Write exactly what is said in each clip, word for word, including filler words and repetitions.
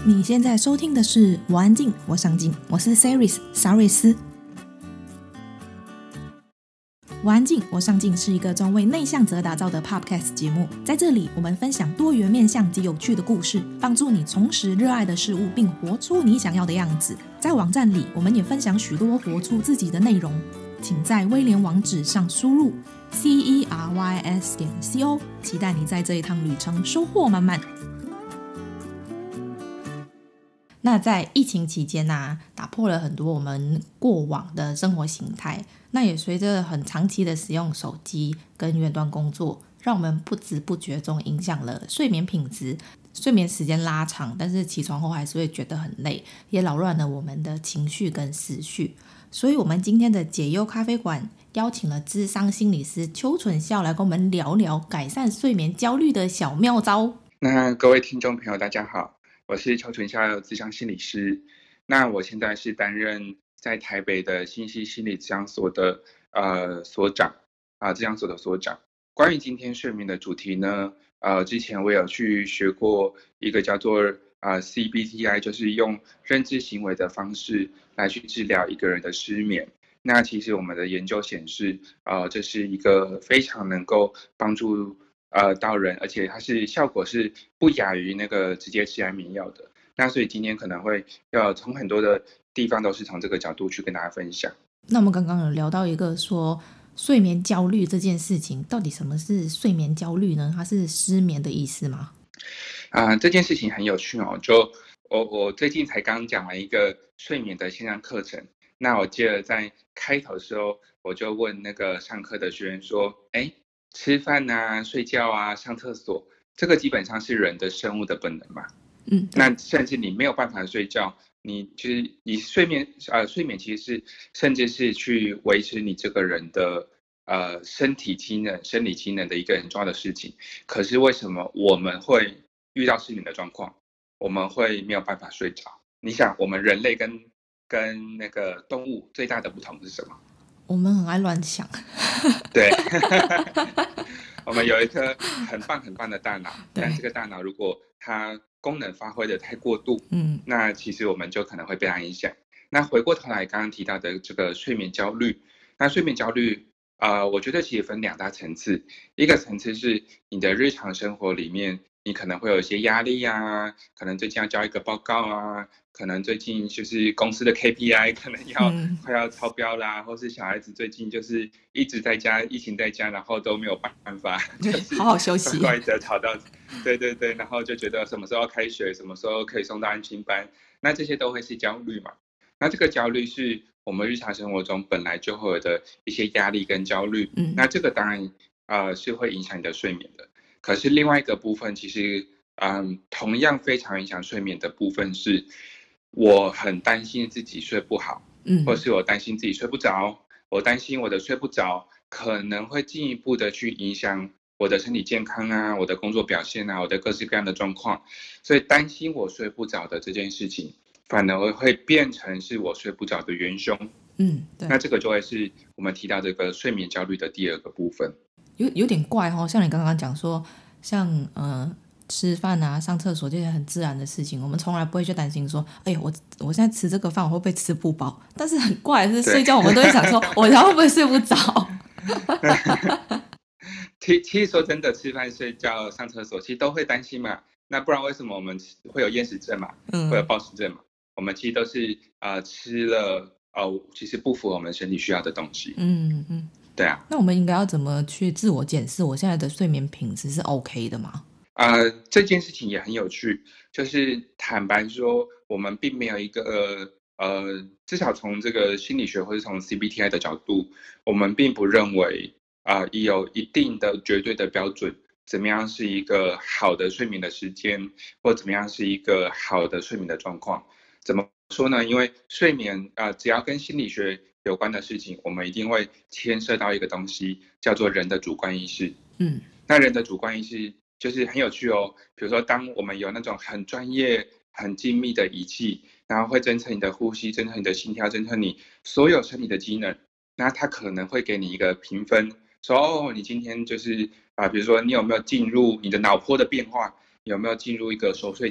你现在收听的是我安静我上进，我是 Saris 沙瑞斯。我安静我上进是一个专为内向者打造的 Podcast 节目，在这里我们分享多元面向及有趣的故事，帮助你重拾热爱的事物，并活出你想要的样子。在网站里我们也分享许多活出自己的内容，请在威廉网址上输入 c e r y s 点 c o， 期待你在这一趟旅程收获满满。那在疫情期间啊，打破了很多我们过往的生活形态，那也随着很长期的使用手机跟远端工作，让我们不知不觉中影响了睡眠品质，睡眠时间拉长，但是起床后还是会觉得很累，也扰乱了我们的情绪跟思绪。所以我们今天的解忧咖啡馆邀请了諮商心理师邱纯孝来跟我们聊聊改善睡眠焦虑的小妙招。 那各位听众朋友大家好，我是邱纯孝諮商心理师。那我现在是担任在台北的信息心理咨商所的呃所长啊，咨商所的所长。关于今天睡眠的主题呢，呃，之前我有去学过一个叫做呃 C B T I， 就是用认知行为的方式来去治疗一个人的失眠。那其实我们的研究显示，呃，这是一个非常能够帮助呃到人，而且它是效果是不亚于那个直接吃安眠药的。那所以今天可能会要从很多的地方都是从这个角度去跟大家分享。 那我们刚刚有聊到一个说睡眠焦虑这件事情，到底什么是睡眠焦虑呢？它是失眠的意思吗？ 啊、呃，这件事情很有趣哦。就我我最近才刚讲完一个睡眠的线上课程，那我记得在开头的时候，我就问那个上课的学员说：“哎，吃饭啊、睡觉啊、上厕所，这个基本上是人的生物的本能嘛？ 嗯， 那甚至你没有办法睡觉，你就是你睡眠呃睡眠其实是甚至是去维持你这个人的呃身体机能、生理机能的一个很重要的事情。可是为什么我们会遇到失眠的状况，我们会没有办法睡着？你想，我们人类跟跟那个动物最大的不同是什么？ 我们很爱乱想。 对。我们有一颗很棒很棒的大脑，但这个大脑如果它功能发挥的太过度，嗯，那其实我们就可能会被它影响。那回过头来刚刚提到的这个睡眠焦虑，那睡眠焦虑呃，我觉得其实分两大层次，一个层次是你的日常生活里面你可能会有一些压力啊，可能最近要交一个报告啊，可能最近就是公司的 K P I 可能要、嗯、快要超标啦，或是小孩子最近就是一直在家，疫情在家，然后都没有办法，就是好好休息， 乖乖的吵到，对对对，然后就觉得什么时候要开学，什么时候可以送到安亲班，那这些都会是焦虑嘛。那这个焦虑是我们日常生活中本来就会有的一些压力跟焦虑，嗯，那这个当然呃是会影响你的睡眠的。可是另外一个部分其实嗯，同样非常影响睡眠的部分是，我很担心自己睡不好，嗯，或是我担心自己睡不着，我担心我的睡不着可能会进一步的去影响我的身体健康啊，我的工作表现啊，我的各式各样的状况，所以担心我睡不着的这件事情，反而会变成是我睡不着的元凶。嗯，对。那这个就会是我们提到这个睡眠焦虑的第二个部分。 有有点怪哦，像你刚刚讲说，像呃吃饭啊、上厕所这些很自然的事情，我们从来不会去担心说，哎，我我现在吃这个饭我会不会吃不饱？但是很怪的是，睡觉我们都会想说，我会不会睡不着？ 其其实说真的，吃饭、睡觉、上厕所，其实都会担心嘛。那不然为什么我们会有厌食症嘛？嗯，会有暴食症嘛？我们其实都是呃吃了呃，其实不符合我们身体需要的东西。嗯嗯。对啊， 那我们应该要怎么去自我检视我现在的睡眠品质是 OK 的吗？ 呃，这件事情也很有趣，就是坦白说，我们并没有一个呃，至少从这个心理学或者从 C B T I 的角度，我们并不认为啊、呃，有一定的绝对的标准，怎么样是一个好的睡眠的时间，或怎么样是一个好的睡眠的状况。怎么说呢？因为睡眠啊、呃，只要跟心理学有关的事情，我们一定会牵涉到一个东西，叫做人的主观意识。嗯，那人的主观意识就是很有趣哦。比如说，当我们有那种很专业、很精密的仪器，然后会侦测你的呼吸、侦测你的心跳、侦测你所有身体的机能，那它可能会给你一个评分，说哦，你今天就是啊、呃，比如说你有没有进入你的脑波的变化，有没有进入一个熟睡期？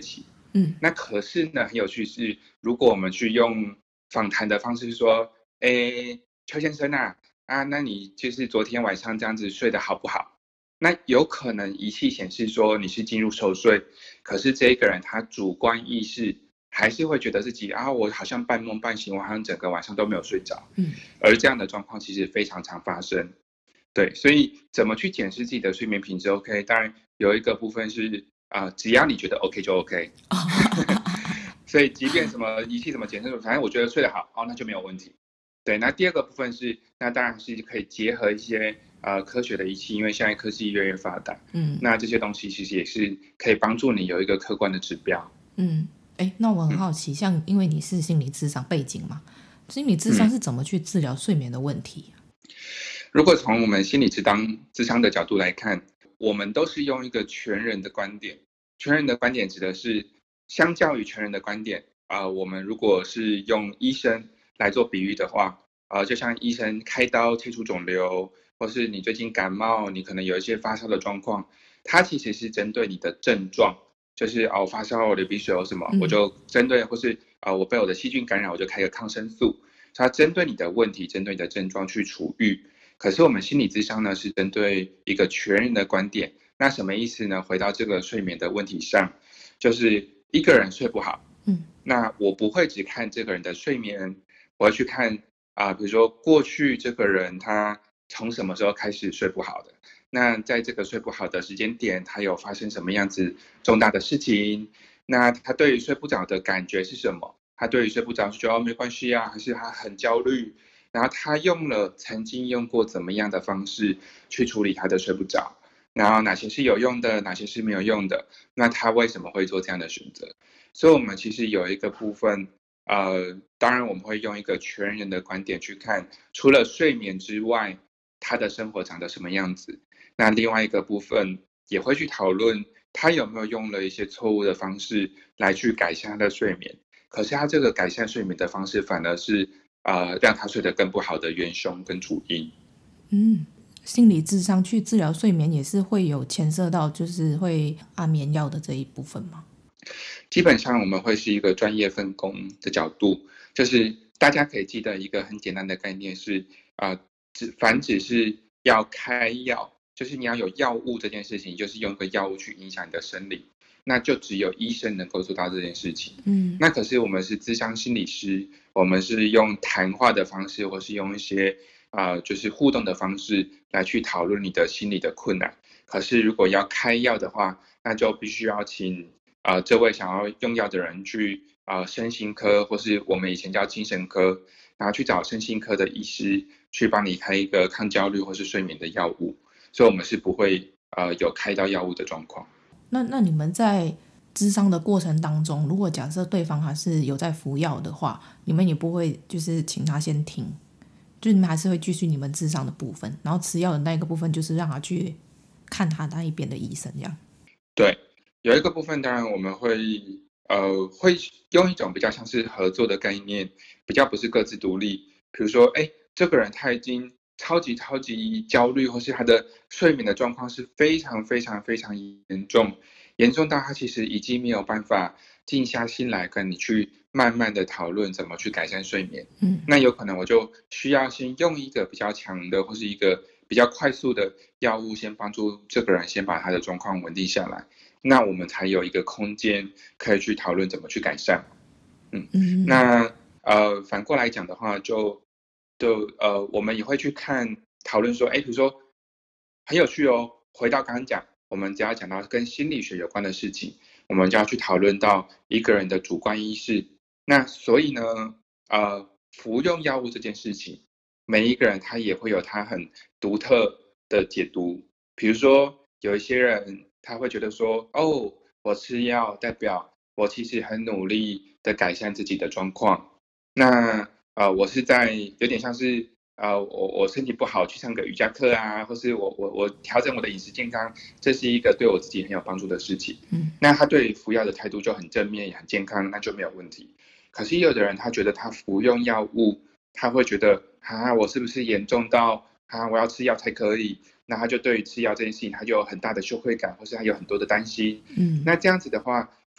嗯那可是呢，很有趣是，如果我们去用访谈的方式说，诶，邱先生啊，啊，那你就是昨天晚上这样子睡得好不好？那有可能仪器显示说你是进入熟睡，可是这个人他主观意识还是会觉得自己啊，我好像半梦半醒，我好像整个晚上都没有睡着。 嗯而这样的状况其实非常常发生。对，所以怎么去检视自己的睡眠品质 OK？当然有一个部分是啊、呃只要你觉得 OK 就 OK。所以即便什么仪器怎么检测，反正我觉得睡得好，哦，那就没有问题。对，那第二个部分是，那当然是可以结合一些呃科学的仪器，因为现在科技越来越发达， 嗯那这些东西其实也是可以帮助你有一个客观的指标。 嗯，哎，那我很嗯好奇，像因为你是心理咨商背景嘛，心理咨商嗯， 是怎么去治疗睡眠的问题？ 如果从我们心理治当智商的角度来看，我们都是用一个全人的观点。全人的观点指的是，相较于全人的观点，啊、呃我们如果是用医生来做比喻的话，啊、呃就像医生开刀切除肿瘤，或是你最近感冒，你可能有一些发烧的状况，它其实是针对你的症状，就是哦发烧、我流鼻水有什么，我嗯就针对，或是啊、呃我被我的细菌感染，我就开个抗生素，它针对你的问题，针对你的症状去处愈。可是我们心理咨商呢，是针对一个全人的观点。那什么意思呢？回到这个睡眠的问题上，就是一个人睡不好， 嗯那我不会只看这个人的睡眠，我会去看啊、呃比如说过去这个人他从什么时候开始睡不好的，那在这个睡不好的时间点，他有发生什么样子重大的事情？那他对于睡不着的感觉是什么？他对于睡不着是觉得哦没关系啊，还是他很焦虑？然后他用了曾经用过怎么样的方式去处理他的睡不着，然后哪些是有用的，哪些是没有用的，那他为什么会做这样的选择？所以我们其实有一个部分，呃，当然我们会用一个全人的观点去看，除了睡眠之外，他的生活长得什么样子。那另外一个部分也会去讨论他有没有用了一些错误的方式来去改善他的睡眠。可是他这个改善睡眠的方式，反而是呃让他睡得更不好的元凶跟主因。 嗯，心理咨商去治疗睡眠也是会有牵涉到，就是会安眠药的这一部分吗？ 基本上我们会是一个专业分工的角度，就是大家可以记得一个很简单的概念是，啊、呃，只凡只是要开药，就是你要有药物这件事情，就是用个药物去影响你的生理，那就只有医生能够做到这件事情。 嗯那可是我们是咨商心理师，我们是用谈话的方式，或是用一些啊、呃，就是互动的方式来去讨论你的心理的困难。可是如果要开药的话，那就必须要请啊、呃、这位想要用药的人去啊、呃、身心科，或是我们以前叫精神科，然后去找身心科的医师去帮你开一个抗焦虑或是睡眠的药物。所以我们是不会呃有开到药物的状况。 那那你们在咨商的过程当中，如果假设对方还是有在服药的话，你们也不会就是请他先停，就你们还是会继续你们咨商的部分，然后吃药的那一个部分就是让他去看他那一边的医生，这样。 对，有一个部分当然我们会呃会用一种比较像是合作的概念，比较不是各自独立。比如说，哎，这个人他已经超级超级焦虑，或是他的睡眠的状况是非常非常非常严重，严重到他其实已经没有办法静下心来跟你去慢慢的讨论怎么去改善睡眠。 嗯那有可能我就需要先用一个比较强的，或是一个比较快速的药物，先帮助这个人先把他的状况稳定下来，那我们才有一个空间可以去讨论怎么去改善。嗯， 嗯那呃反过来讲的话就，就呃我们也会去看讨论说，哎，比如说很有趣哦，回到刚刚讲，我们只要讲到跟心理学有关的事情，我们就要去讨论到一个人的主观意识。那所以呢，呃，服用药物这件事情，每一个人他也会有他很独特的解读。比如说，有一些人他会觉得说，哦，我吃药代表我其实很努力的改善自己的状况。那呃，我是在有点像是呃，我我身体不好去上个瑜伽课啊，或是我我我调整我的饮食健康，这是一个对我自己很有帮助的事情。 嗯那他对服药的态度就很正面，也很健康，那就没有问题。可是有的人他觉得他服用药物，他会觉得啊，我是不是严重到啊，我要吃药才可以？那他就对于吃药这件事情，他就有很大的羞愧感，或是他有很多的担心。 嗯那这样子的话，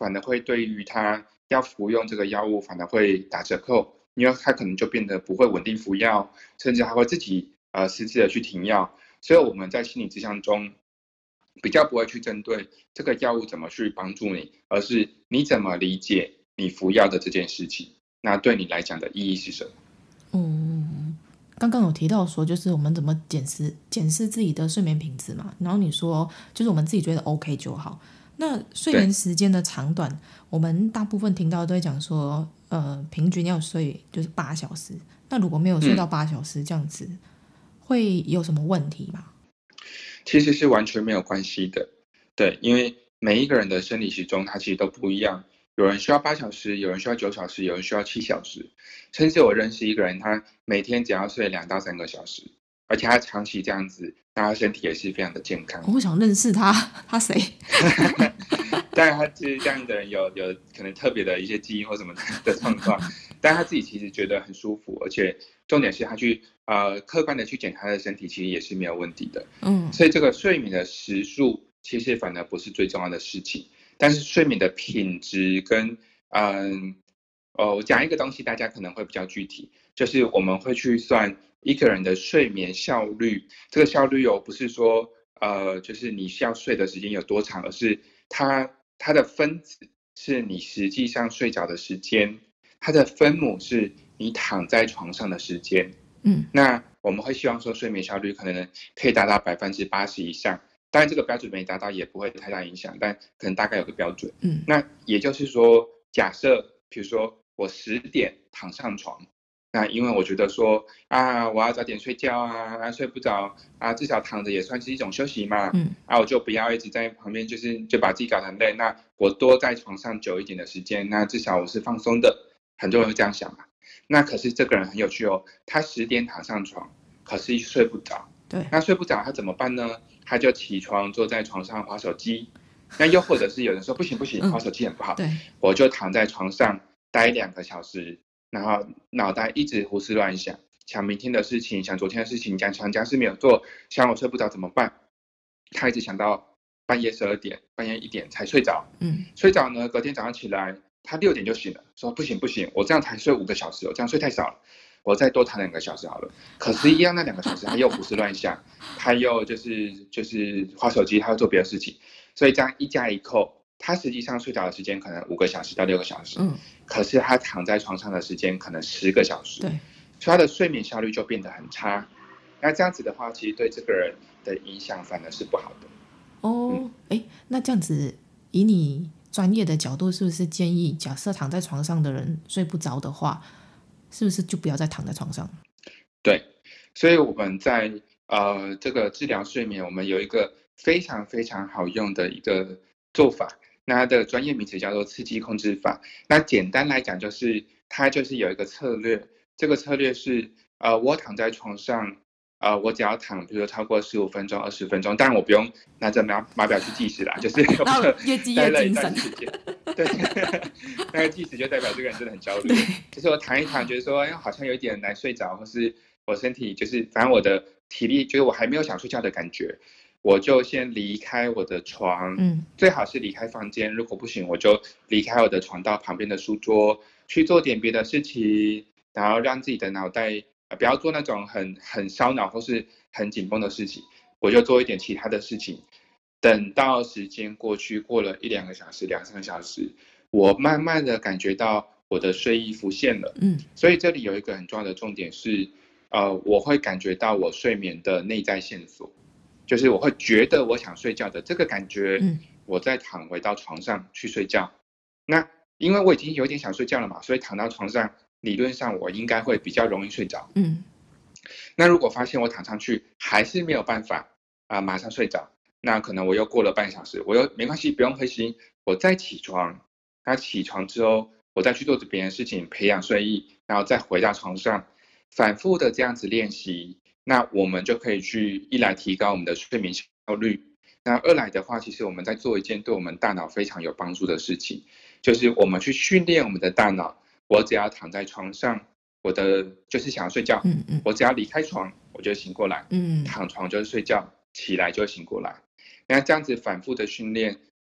反而会对于他要服用这个药物反而会打折扣，因为他可能就变得不会稳定服药，甚至还会自己呃私自的去停药。所以我们在心理咨商中比较不会去针对这个药物怎么去帮助你，而是你怎么理解你服药的这件事情，那对你来讲的意义是什么？ 嗯，刚刚有提到说，就是我们怎么检视检视自己的睡眠品质嘛，然后你说就是我们自己觉得 OK 就好。那睡眠时间的长短，我们大部分听到都会讲说，呃，平均要睡就是八小时。那如果没有睡到八小时，这样子、嗯、会有什么问题吗？ 其实是完全没有关系的，对，因为每一个人的生理时钟它其实都不一样，有人需要八小时，有人需要九小时，有人需要七小时，甚至我认识一个人，他每天只要睡两到三个小时，而且他长期这样子，那他身体也是非常的健康。 我想认识他，他谁？ 当然，他其实这样的人有有可能特别的一些基因或什么的状况，但他自己其实觉得很舒服，而且重点是他去呃客观的去检查他的身体，其实也是没有问题的。嗯，所以这个睡眠的时数其实反而不是最重要的事情，但是睡眠的品质跟嗯哦，我讲一个东西，大家可能会比较具体，就是我们会去算一个人的睡眠效率。这个效率哦，不是说呃就是你需要睡的时间有多长，而是它。它的分子是你实际上睡着的时间，它的分母是你躺在床上的时间。嗯，那我们会希望说睡眠效率可能可以达到百分之八十以上，当然这个标准没达到也不会太大影响，但可能大概有个标准。嗯，那也就是说，假设比如说我十点躺上床。那因为我觉得说啊，我要早点睡觉啊，啊睡不着啊，至少躺着也算是一种休息嘛。嗯，啊，我就不要一直在旁边，就是就把自己搞得很累。那我多在床上久一点的时间，那至少我是放松的。很多人会这样想嘛。那可是这个人很有趣哦，他十点躺上床，可是睡不着。对，那睡不着他怎么办呢？他就起床坐在床上滑手机。那又或者是有人说不行不行，滑手机很不好。嗯、对，我就躺在床上待两个小时。然后脑袋一直胡思乱想，想明天的事情，想昨天的事情，想想家事没有做，想我睡不着怎么办？他一直想到半夜十二点、半夜一点才睡着。嗯，睡着呢，隔天早上起来，他六点就醒了，说不行不行，我这样才睡五个小时，我这样睡太少了，我再多躺两个小时好了。可是，一样那两个小时，他又胡思乱想，他又就是就是滑手机，他又做别的事情，所以这样一加一扣。他实际上睡着的时间可能五个小时到六个小时，嗯，可是他躺在床上的时间可能十个小时，对，所以他的睡眠效率就变得很差。那这样子的话，其实对这个人的影响反而是不好的。 哦，哎、嗯，那这样子，以你专业的角度，是不是建议，假设躺在床上的人睡不着的话，是不是就不要再躺在床上？ 对，所以我们在呃这个治疗睡眠，我们有一个非常非常好用的一个做法。那它的专业名词叫做刺激控制法。那简单来讲，就是它就是有一个策略，这个策略是，呃，我躺在床上，呃，我只要躺，比如说超过十五分钟、二十分钟，当然我不用拿着码码表去计时啦，就是越记越精神。 对，那个计时就代表这个人真的很焦虑。就是我躺一躺，觉得说，哎，好像有点难睡着，或是我身体就是，反正我的体力，就是我还没有想睡觉的感觉。我就先离开我的床，嗯，最好是离开房间，如果不行，我就离开我的床到旁边的书桌去做点别的事情，然后让自己的脑袋、呃、不要做那种很很烧脑或是很紧绷的事情，我就做一点其他的事情。等到时间过去，过了一两个小时、两三个小时，我慢慢的感觉到我的睡意浮现了，嗯，所以这里有一个很重要的重点是，呃，我会感觉到我睡眠的内在线索。就是我会觉得我想睡觉的这个感觉，嗯，我再躺回到床上去睡觉。那因为我已经有点想睡觉了嘛，所以躺到床上，理论上我应该会比较容易睡着。嗯，那如果发现我躺上去还是没有办法啊、呃，马上睡着，那可能我又过了半小时，我又没关系，不用灰心，我再起床。那起床之后，我再去做别的事情，培养睡意，然后再回到床上，反复的这样子练习。那我们就可以去一来提高我们的睡眠效率，那二来的话，其实我们在做一件对我们大脑非常有帮助的事情，就是我们去训练我们的大脑。我只要躺在床上，我的就是想要睡觉，嗯嗯，我只要离开床，我就醒过来，嗯，躺床就是睡觉，起来就醒过来。那这样子反复的训练，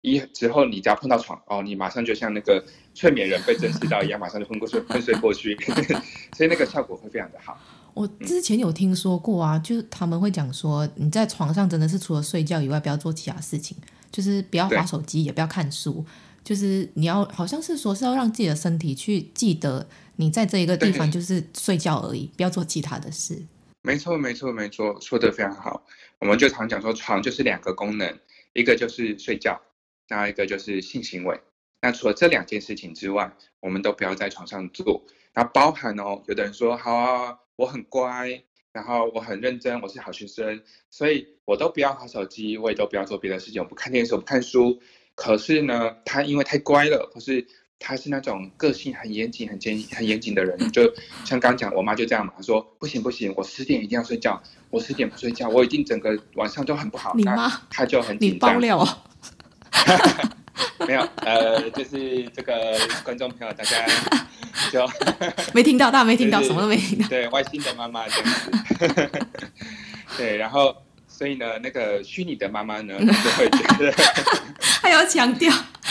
一之后你只要碰到床哦，你马上就像那个催眠人被针刺到一样，马上就昏过去昏睡过去，所以那个效果会非常的好。 我之前有听说过啊，就是他们会讲说，你在床上真的是除了睡觉以外，不要做其他事情，就是不要滑手机，也不要看书，就是你要好像是说是要让自己的身体去记得，你在这一个地方就是睡觉而已，不要做其他的事。 没错，没错，没错，说得非常好。我们就常讲说，床就是两个功能，一个就是睡觉，然后一个就是性行为。那除了这两件事情之外，我们都不要在床上做。然后包含哦，有的人说好啊，我很乖，然后我很认真，我是好学生，所以我都不要滑手机，我也都不要做别的事情，我不看电视，我不看书。可是呢，他因为太乖了，或是他是那种个性很严谨、很严很严谨的人，就像刚刚讲，我妈就这样嘛，她说不行不行，我十点一定要睡觉，我十点不睡觉，我一定整个晚上都很不好。 你妈， 她就很紧张。 你爆料哦。 没有，呃，就是这个观众朋友，大家就没听到，大家没听到， 就是什么都没听到。 对，外星的妈妈这样子。对，然后所以呢，那个虚拟的妈妈呢，就会觉得还要强调。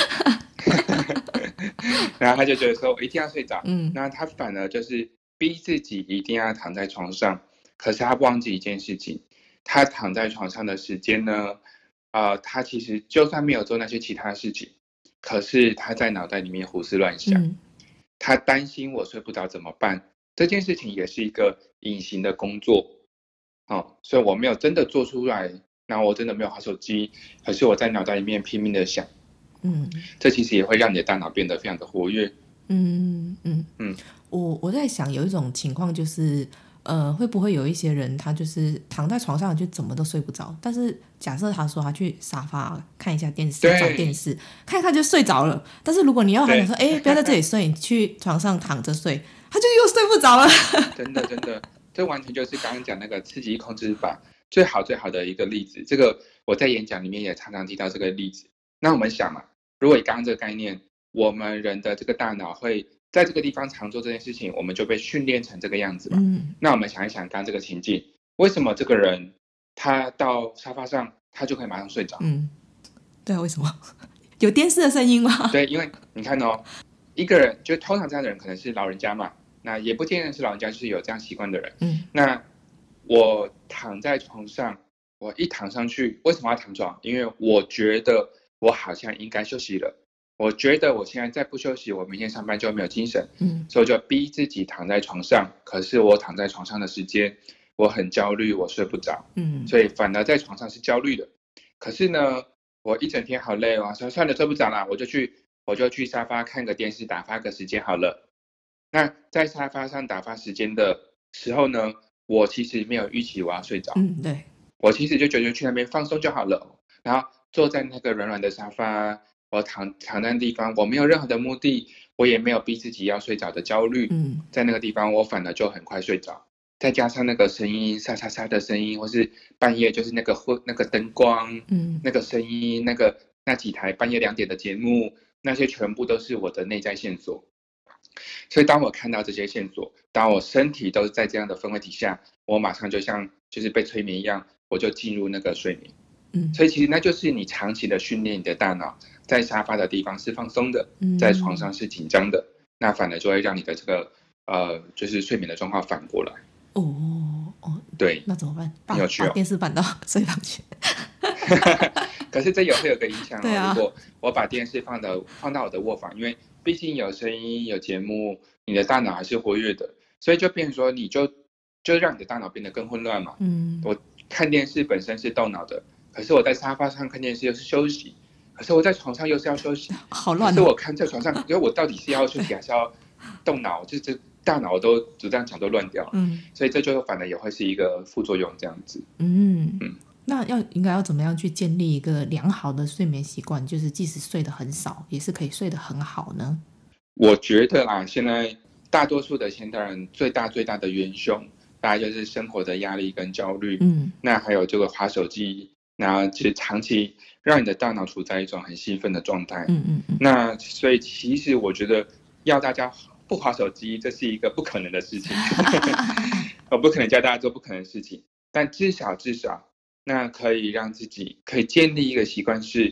然后他就觉得说我一定要睡着， 嗯， 那他反而就是逼自己一定要躺在床上，可是他忘记一件事情，他躺在床上的时间呢，呃，他其实就算没有做那些其他事情，可是他在脑袋里面胡思乱想， 嗯， 他担心我睡不着怎么办？这件事情也是一个隐形的工作，哦，所以我没有真的做出来，然后我真的没有滑手机，可是我在脑袋里面拼命的想。 嗯， 这其实也会让你的大脑变得非常的活跃。 嗯嗯嗯， 我我在想有一种情况就是，呃，会不会有一些人他就是躺在床上就怎么都睡不着，但是假设他说他去沙发看一下电视，转电视看一看就睡着了，但是如果你要他想说，哎，不要在这里睡，你去床上躺着睡，他就又睡不着了。 真的真的，这完全就是刚刚讲那个刺激控制法最好最好的一个例子。这个我在演讲里面也常常提到这个例子。那我们想嘛，如果以刚刚这个概念，我们人的这个大脑会在这个地方常做这件事情，我们就被训练成这个样子嘛。 嗯， 那我们想一想刚刚这个情境，为什么这个人他到沙发上他就可以马上睡着？ 嗯，对啊，为什么？有电视的声音吗？ 对，因为你看哦，一个人就通常这样的人可能是老人家嘛，那也不见得是老人家，就是有这样习惯的人。 嗯， 那我躺在床上，我一躺上去，为什么要躺床？因为我觉得我好像应该休息了，我觉得我现在再不休息，我明天上班就没有精神。 嗯， 所以我就逼自己躺在床上。可是我躺在床上的时间，我很焦虑，我睡不着。 嗯， 所以反而在床上是焦虑的。可是呢，我一整天好累哦，说算了，睡不着啦，我就去我就去沙发看个电视，打发个时间好了。那在沙发上打发时间的时候呢，我其实没有预期我要睡着。 嗯，对， 我其实就觉得去那边放松就好了，然后坐在那个软软的沙发，我躺躺在那地方，我没有任何的目的，我也没有逼自己要睡着的焦虑。 嗯， 在那个地方，我反而就很快睡着。再加上那个声音，沙沙沙的声音，或是半夜就是那个昏那个灯光， 嗯， 那个声音，那个那几台半夜两点的节目，那些全部都是我的内在线索。所以当我看到这些线索，当我身体都是在这样的氛围底下，我马上就像就是被催眠一样，我就进入那个睡眠。 嗯， 所以其实那就是你长期的训练，你的大脑在沙发的地方是放松的，在床上是紧张的，嗯、那反而就会让你的这个呃就是睡眠的状况反过来。 哦哦，对，那怎么办？把有趣哦， 把电视搬到睡房去。 可是这也会有个影响哦。 对啊， 如果我把电视放到放到我的卧房，因为毕竟有声音有节目，你的大脑还是活跃的，所以就变成说你就就让你的大脑变得更混乱嘛。 嗯， 我看电视本身是动脑的，可是我在沙发上看电视又是休息，可是我在床上又是要休息， 好乱、哦。 可是我看在床上，因为我到底是要休息还是要动脑，就这大脑都就这样讲都乱掉。 嗯， 所以这就反而也会是一个副作用这样子。 嗯嗯。那要应该要怎么样去建立一个良好的睡眠习惯？就是即使睡得很少，也是可以睡得很好呢？ 我觉得啦，现在大多数的现代人最大最大的元凶，大概就是生活的压力跟焦虑。 嗯， 那还有这个滑手机，那其实长期让你的大脑处在一种很兴奋的状态。 嗯嗯嗯。 那所以其实我觉得要大家不滑手机，这是一个不可能的事情。我不可能教大家做不可能的事情，但至少至少。那可以让自己可以建立一个习惯，是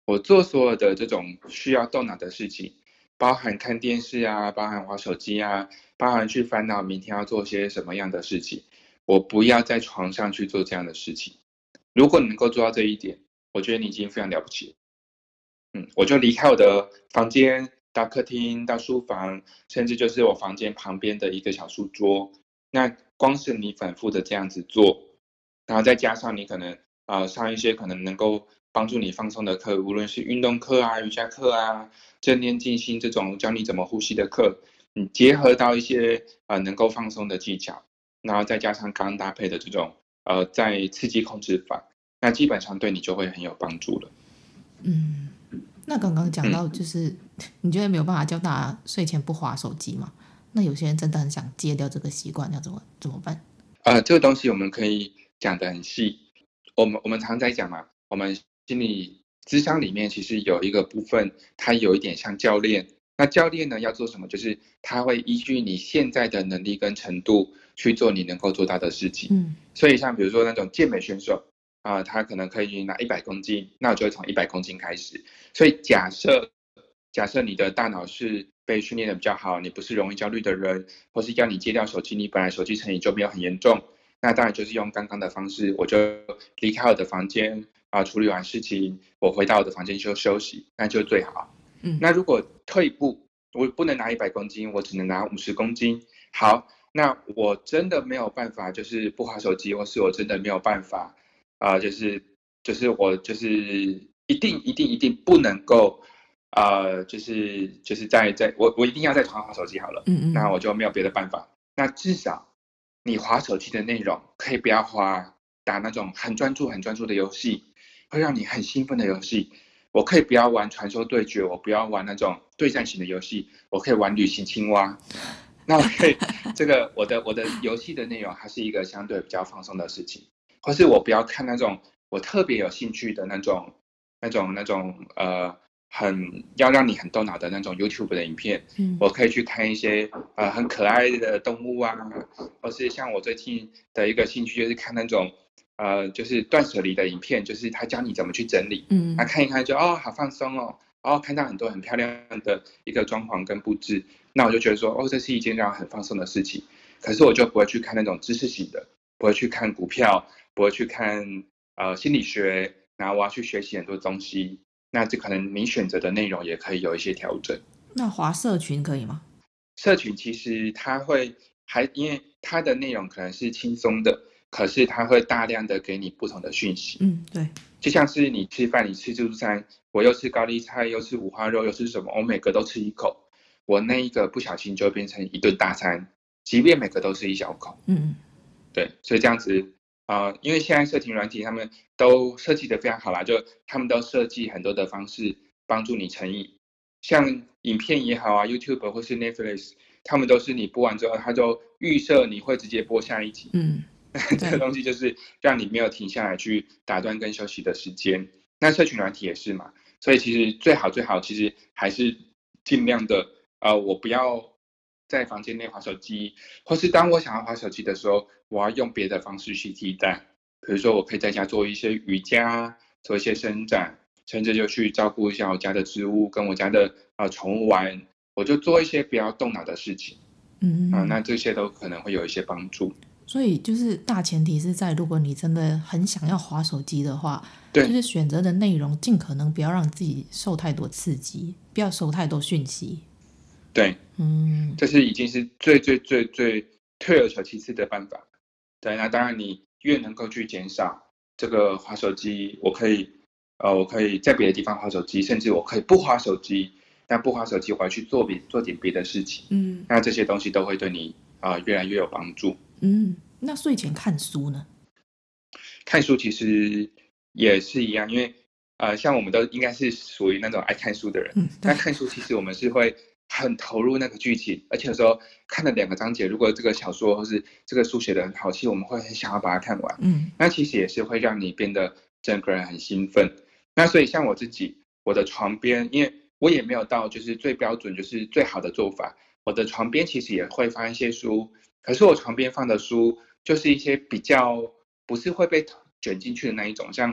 我做所有的这种需要动脑的事情，包含看电视啊，包含滑手机啊，包含去烦恼明天要做些什么样的事情，我不要在床上去做这样的事情。如果你能够做到这一点，我觉得你已经非常了不起了。嗯，我就离开我的房间，到客厅，到书房，甚至就是我房间旁边的一个小书桌。那光是你反复的这样子做，然后再加上你可能呃上一些可能能够帮助你放松的课，无论是运动课啊、瑜伽课啊、正念静心这种教你怎么呼吸的课，你结合到一些呃能够放松的技巧，然后再加上刚刚搭配的这种呃在刺激控制法，那基本上对你就会很有帮助了。 嗯，那刚刚讲到嗯就是、你觉得没有办法叫大家睡前不滑手机嘛？那有些人真的很想戒掉这个习惯，要怎么怎么办？ 呃，这个东西我们可以讲得很细。我们我们常在讲嘛，我们心理咨商里面其实有一个部分，它有一点像教练。那教练呢要做什么？就是他会依据你现在的能力跟程度去做你能够做到的事情。 嗯所以像比如说那种健美选手啊、他可能可以拿一百公斤，那我就会从一百公斤开始。所以假设假设你的大脑是被训练的比较好，你不是容易焦虑的人，或是要你戒掉手机，你本来手机成瘾就没有很严重，那当然就是用刚刚的方式，我就离开我的房间啊、处理完事情，我回到我的房间就休息，那就最好。 嗯那如果退一步，我不能拿一百公斤，我只能拿五十公斤，好，那我真的没有办法，就是不滑手机，或是我真的没有办法，啊、就是就是我就是一定一定一定不能够。呃，就是就是在在我我一定要在床上滑手机好了， 嗯嗯那我就没有别的办法。那至少你滑手机的内容可以不要滑打那种很专注很专注的游戏，会让你很兴奋的游戏。我可以不要玩传说对决，我不要玩那种对战型的游戏，我可以玩旅行青蛙。那我可以这个我的我的游戏的内容还是一个相对比较放松的事情，或是我不要看那种我特别有兴趣的那种那种那种呃很要让你很动脑的那种 YouTube 的影片， 嗯我可以去看一些呃很可爱的动物啊，或是像我最近的一个兴趣就是看那种呃就是断舍离的影片，就是他教你怎么去整理， 嗯那看一看就哦好放松哦，然后看到很多很漂亮的一个装潢跟布置，那我就觉得说哦这是一件让我很放松的事情，可是我就不会去看那种知识型的，不会去看股票，不会去看呃心理学，然后我要去学习很多东西。那这可能你选择的内容也可以有一些调整。 那滑社群可以吗？ 社群其实它会还因为它的内容可能是轻松的，可是它会大量的给你不同的讯息。 嗯，对， 就像是你吃饭，你吃自助餐，我又吃高丽菜，又吃五花肉，又吃什么，我每个都吃一口，我那一个不小心就变成一顿大餐，即便每个都是一小口。 嗯对，所以这样子啊、呃因为现在社群软体他们都设计的非常好啦，就他们都设计很多的方式帮助你成瘾，像影片也好啊，YouTube 或是 Netflix，他们都是你播完之后，他就预设你会直接播下一集， 嗯， 这个东西就是让你没有停下来去打断跟休息的时间。那社群软体也是嘛，所以其实最好最好其实还是尽量的，呃，我不要在房间内滑手机，或是当我想要滑手机的时候，我要用别的方式去替代。比如说，我可以在家做一些瑜伽，做一些伸展，甚至就去照顾一下我家的植物，跟我家的呃宠物玩，我就做一些不要动脑的事情啊、 嗯， 那这些都可能会有一些帮助。 所以就是大前提是在，如果你真的很想要滑手机的话， 对就是选择的内容尽可能不要让自己受太多刺激，不要收太多讯息。 对， 嗯这是已经是最最最最退而求其次的办法。对，那当然你越能够去减少这个滑手机，我可以呃，我可以在别的地方滑手机，甚至我可以不滑手机，但不滑手机，我要去做别做点别的事情。 嗯那这些东西都会对你啊、呃越来越有帮助。 嗯，那睡前看书呢？ 看书其实也是一样，因为呃，像我们都应该是属于那种爱看书的人。 嗯，对那，看书其实我们是会很投入那个剧情，而且有时候看了两个章节，如果这个小说或是这个书写的很好，其实我们会很想要把它看完。 嗯那其实也是会让你变得整个人很兴奋。那所以像我自己，我的床边，因为我也没有到就是最标准就是最好的做法，我的床边其实也会放一些书，可是我床边放的书就是一些比较不是会被卷进去的那一种，像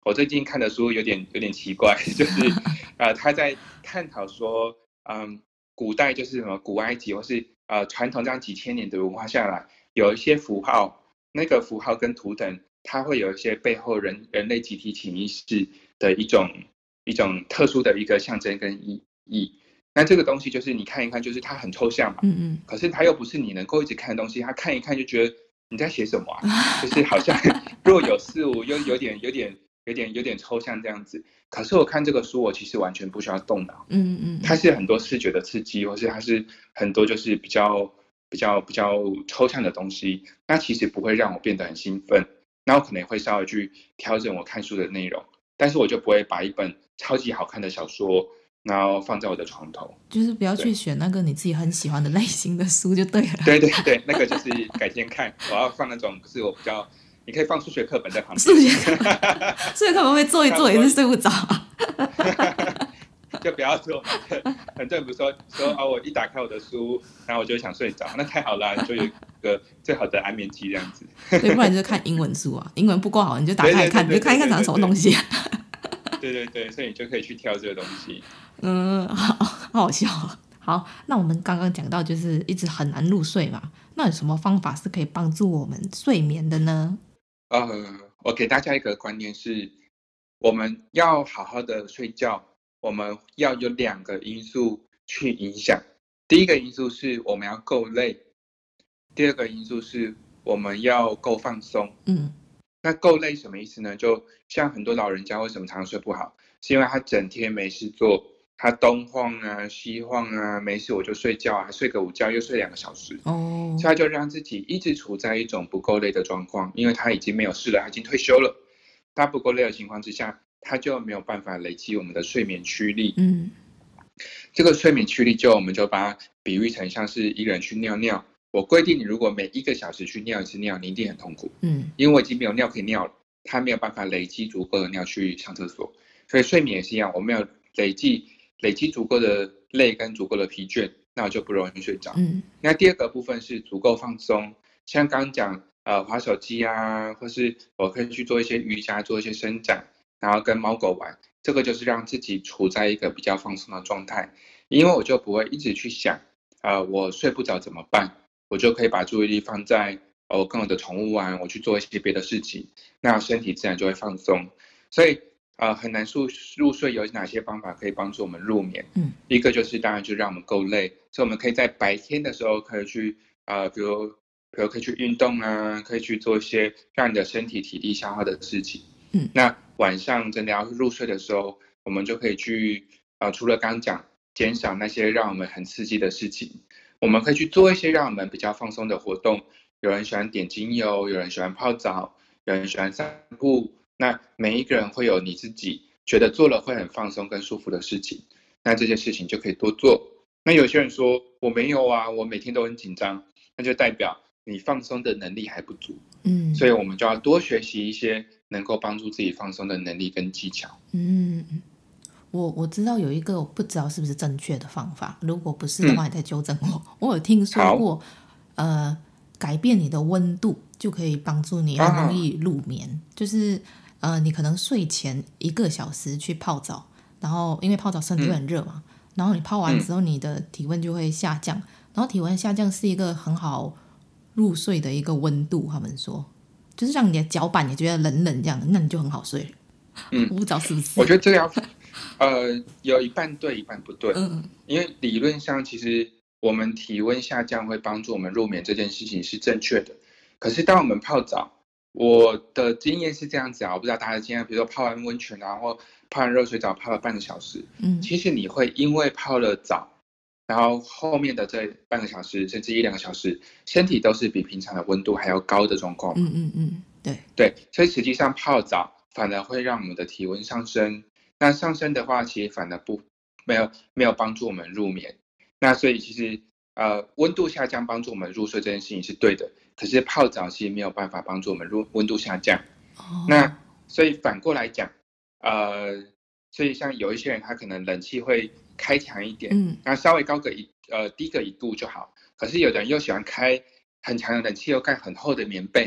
我最近看的书有点有点奇怪，就是呃他在探讨说，嗯，古代就是什么古埃及或是呃传统这样几千年的文化下来，有一些符号，那个符号跟图腾，它会有一些背后人人类集体潜意识的一种一种特殊的一个象征跟意义。那这个东西就是你看一看，就是它很抽象嘛， 嗯嗯， 可是它又不是你能够一直看的东西，它看一看就觉得你在写什么啊？就是好像若有似无，又有点有点有点有点抽象这样子。可是我看这个书，我其实完全不需要动脑， 嗯嗯嗯， 它是很多视觉的刺激，或是它是很多就是比较比较比较抽象的东西，那其实不会让我变得很兴奋，那我可能会稍微去调整我看书的内容，但是我就不会把一本超级好看的小说，然后放在我的床头。 就是不要去对选那个你自己很喜欢的类型的书就对了。 对对对，那个就是改天看，我要放那种是我比较，你可以放数学课本在旁边， 数学数学课本会做一做也是睡不着啊。 就不要做。很多人不是说说哦，我一打开我的书，然后我就会想睡着，那太好了，你就有一个最好的安眠剂这样子。 对，不然你就看英文书啊，英文不够好你就打开来看，你就看一看长什么东西啊。 对对对，所以你就可以去挑这个东西。 嗯，好好好笑哦。好，那我们刚刚讲到就是一直很难入睡嘛，那有什么方法是可以帮助我们睡眠的呢？ 呃，我给大家一个观念是，我们要好好的睡觉，我们要有两个因素去影响。第一个因素是我们要够累，第二个因素是我们要够放松。 嗯那够累什么意思呢？就像很多老人家为什么常常睡不好，是因为他整天没事做，他东晃啊西晃啊，没事我就睡觉啊，睡个午觉又睡两个小时， 哦， 所以他就让自己一直处在一种不够累的状况，因为他已经没有事了，他已经退休了。他不够累的情况之下，他就没有办法累积我们的睡眠驱力。 嗯这个睡眠驱力就我们就把它比喻成像是一个人去尿尿，我规定你如果每一个小时去尿一次尿，你一定很痛苦， 嗯因为我已经没有尿可以尿了，他没有办法累积足够的尿去上厕所。所以睡眠也是一样，我没有累积累积足够的累跟足够的疲倦，那我就不容易睡着。 嗯那第二个部分是足够放松，像刚刚讲呃滑手机啊，或是我可以去做一些瑜伽，做一些伸展，然后跟猫狗玩，这个就是让自己处在一个比较放松的状态，因为我就不会一直去想，呃我睡不着怎么办，我就可以把注意力放在呃我跟我的宠物玩，我去做一些别的事情，那身体自然就会放松。所以呃很难入入睡有哪些方法可以帮助我们入眠？ 嗯一个就是当然就让我们够累，所以我们可以在白天的时候可以去呃比如比如可以去运动啊，可以去做一些让你的身体体力消耗的事情。 嗯那晚上真的要入睡的时候，我们就可以去呃除了刚刚讲减少那些让我们很刺激的事情，我们可以去做一些让我们比较放松的活动。有人喜欢点精油，有人喜欢泡澡，有人喜欢散步。那每一个人会有你自己觉得做了会很放松跟舒服的事情，那这些事情就可以多做。那有些人说我没有啊，我每天都很紧张，那就代表你放松的能力还不足。 嗯， 所以我们就要多学习一些能够帮助自己放松的能力跟技巧。 嗯，我我知道有一个我不知道是不是正确的方法，如果不是的话，你再纠正我。我有听说过，呃，改变你的温度就可以帮助你很容易入眠。就是呃，你可能睡前一个小时去泡澡，然后因为泡澡身体会很热嘛，然后你泡完之后，你的体温就会下降，然后体温下降是一个很好入睡的一个温度。他们说，就是让你的脚板也觉得冷冷这样，那你就很好睡了。 嗯， 我不知道是不是。 我觉得这个要，呃，有一半对，一半不对。 嗯， 因为理论上其实我们体温下降会帮助我们入眠这件事情是正确的。可是当我们泡澡，我的经验是这样子啊，我不知道大家的经验，比如说泡完温泉啊，或泡完热水澡泡了半个小时， 嗯， 其实你会因为泡了澡，然后后面的这半个小时甚至一两个小时，身体都是比平常的温度还要高的状况。 嗯嗯嗯，对对，所以实际上泡澡反而会让我们的体温上升。那上升的话，其实反而不没有没有帮助我们入眠。那所以其实呃温度下降帮助我们入睡这件事情是对的，可是泡澡其实没有办法帮助我们入温度下降。 哦， 那所以反过来讲，呃，所以像有一些人他可能冷气会开强一点， 嗯， 然后稍微高个一呃低个一度就好。可是有的人又喜欢开很强的冷气，又盖很厚的棉被，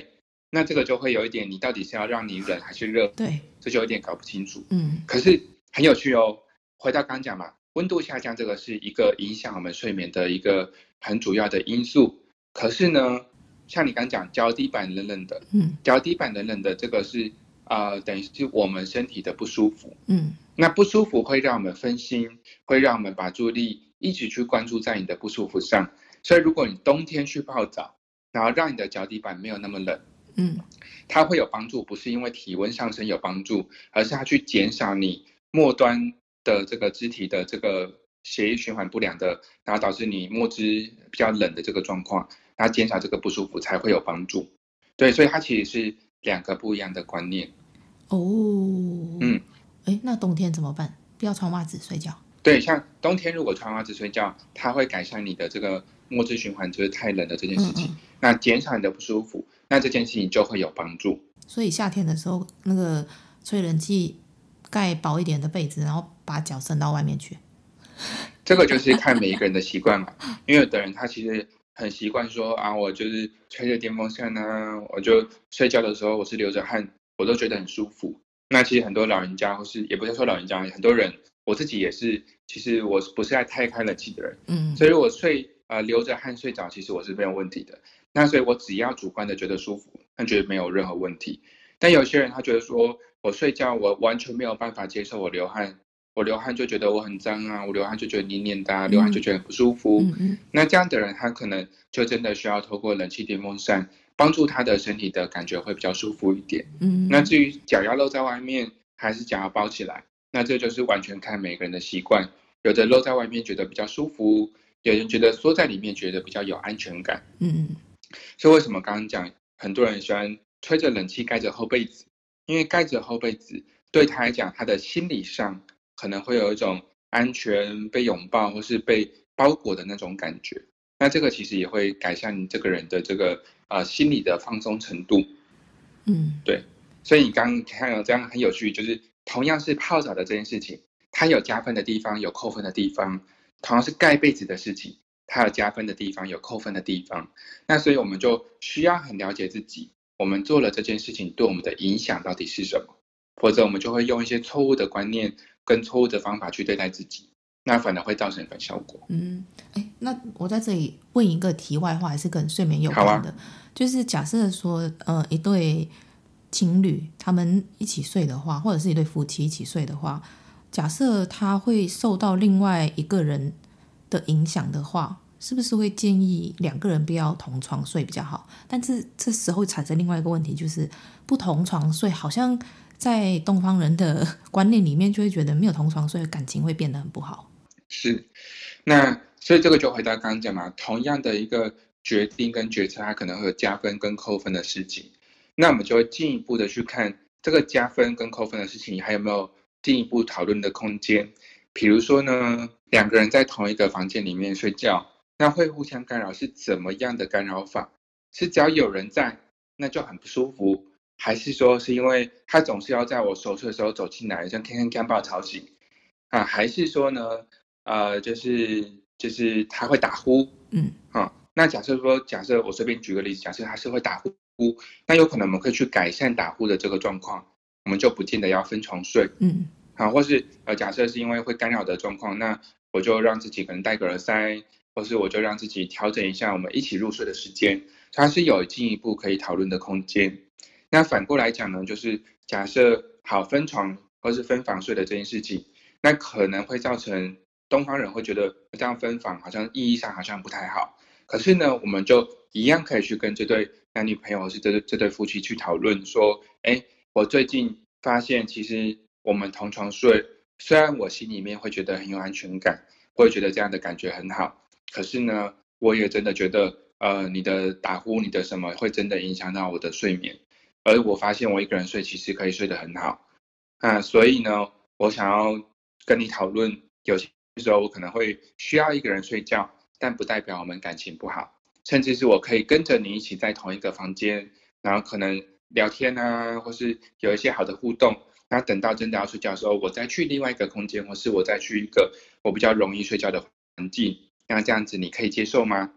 那这个就会有一点，你到底是要让你冷还是热？ 对， 这就有点搞不清楚。 嗯可是很有趣哦，回到刚刚讲嘛，温度下降这个是一个影响我们睡眠的一个很主要的因素。可是呢，像你刚讲脚底板冷冷的， 嗯脚底板冷冷的这个是呃，等于是我们身体的不舒服。 嗯那不舒服会让我们分心，会让我们把注意力一直去关注在你的不舒服上。所以如果你冬天去泡澡，然后让你的脚底板没有那么冷， 嗯它会有帮助，不是因为体温上升有帮助，而是它去减少你末端的这个肢体的这个血液循环不良的，然后导致你末肢比较冷的这个状况，然后减少这个不舒服才会有帮助。对，所以它其实是两个不一样的观念。 哦， 嗯， 哎，那冬天怎么办？不要穿袜子睡觉。 对，像冬天如果穿袜子睡觉，它会改善你的这个末肢循环，就是太冷的这件事情， 嗯嗯那减少你的不舒服，那这件事情就会有帮助。 所以夏天的时候，那个吹冷气盖薄一点的被子，然后把脚伸到外面去。 这个就是看每一个人的习惯嘛，因为有的人他其实很习惯说啊，我就是吹着电风扇啊，我就睡觉的时候我是流着汗，我都觉得很舒服。那其实很多老人家或是也不是说老人家，很多人我自己也是，其实我不是爱太开冷气的人， 嗯所以我睡呃流着汗睡着，其实我是没有问题的。那所以我只要主观的觉得舒服，那觉得没有任何问题。但有些人他觉得说我睡觉我完全没有办法接受我流汗，我流汗就觉得我很脏啊，我流汗就觉得黏黏的啊，流汗就觉得很不舒服。 嗯嗯那这样的人，他可能就真的需要透过冷气电风扇帮助他的身体的感觉会比较舒服一点。 嗯， 那至于脚要露在外面，还是脚要包起来，那这就是完全看每个人的习惯。有的露在外面觉得比较舒服，有人觉得缩在里面觉得比较有安全感。 嗯嗯所以为什么刚刚讲很多人喜欢吹着冷气盖着厚被子？因为盖着厚被子对他来讲，他的心理上可能会有一种安全、被拥抱或是被包裹的那种感觉。那这个其实也会改善你这个人的这个呃心理的放松程度。 嗯对，所以你刚刚看到这样很有趣，就是同样是泡澡的这件事情，它有加分的地方，有扣分的地方；同样是盖被子的事情，它有加分的地方，有扣分的地方。那所以我们就需要很了解自己，我们做了这件事情对我们的影响到底是什么，否则我们就会用一些错误的观念跟错误的方法去对待自己，那反而会造成反效果。 嗯，哎，那我在这里问一个题外话，还是跟睡眠有好啊关的，就是假设说，呃，一对情侣他们一起睡的话，或者是一对夫妻一起睡的话，假设他会受到另外一个人的影响的话，是不是会建议两个人不要同床睡比较好？但是这时候产生另外一个问题，就是不同床睡，好像在东方人的观念里面就会觉得没有同床睡，感情会变得很不好。 是，那所以这个就回到刚刚讲嘛，同样的一个决定跟决策，它可能会有加分跟扣分的事情。那我们就会进一步的去看这个加分跟扣分的事情，还有没有进一步讨论的空间。比如说呢，两个人在同一个房间里面睡觉，那会互相干扰是怎么样的干扰法？是只要有人在，那就很不舒服，还是说是因为他总是要在我熟睡的时候走进来，像看看看把我吵醒啊？还是说呢，呃，就是就是他会打呼？ 嗯啊，那假设说，假设我随便举个例子，假设他是会打呼，那有可能我们可以去改善打呼的这个状况，我们就不见得要分床睡。 嗯啊，或是呃，假设是因为会干扰的状况，那我就让自己可能戴个耳塞，或是我就让自己调整一下我们一起入睡的时间，它是有进一步可以讨论的空间。那反过来讲呢，就是假设好分床或是分房睡的这件事情，那可能会造成东方人会觉得这样分房好像意义上好像不太好。可是呢，我们就一样可以去跟这对男女朋友或是这对这对夫妻去讨论说，哎，我最近发现其实我们同床睡，虽然我心里面会觉得很有安全感，会觉得这样的感觉很好，可是呢，我也真的觉得，呃，你的打呼，你的什么会真的影响到我的睡眠，而我发现我一个人睡其实可以睡得很好，啊，所以呢，我想要跟你讨论，有些时候我可能会需要一个人睡觉，但不代表我们感情不好，甚至是我可以跟着你一起在同一个房间，然后可能聊天啊，或是有一些好的互动。那等到真的要睡觉的时候，我再去另外一个空间，或是我再去一个我比较容易睡觉的环境，那这样子你可以接受吗？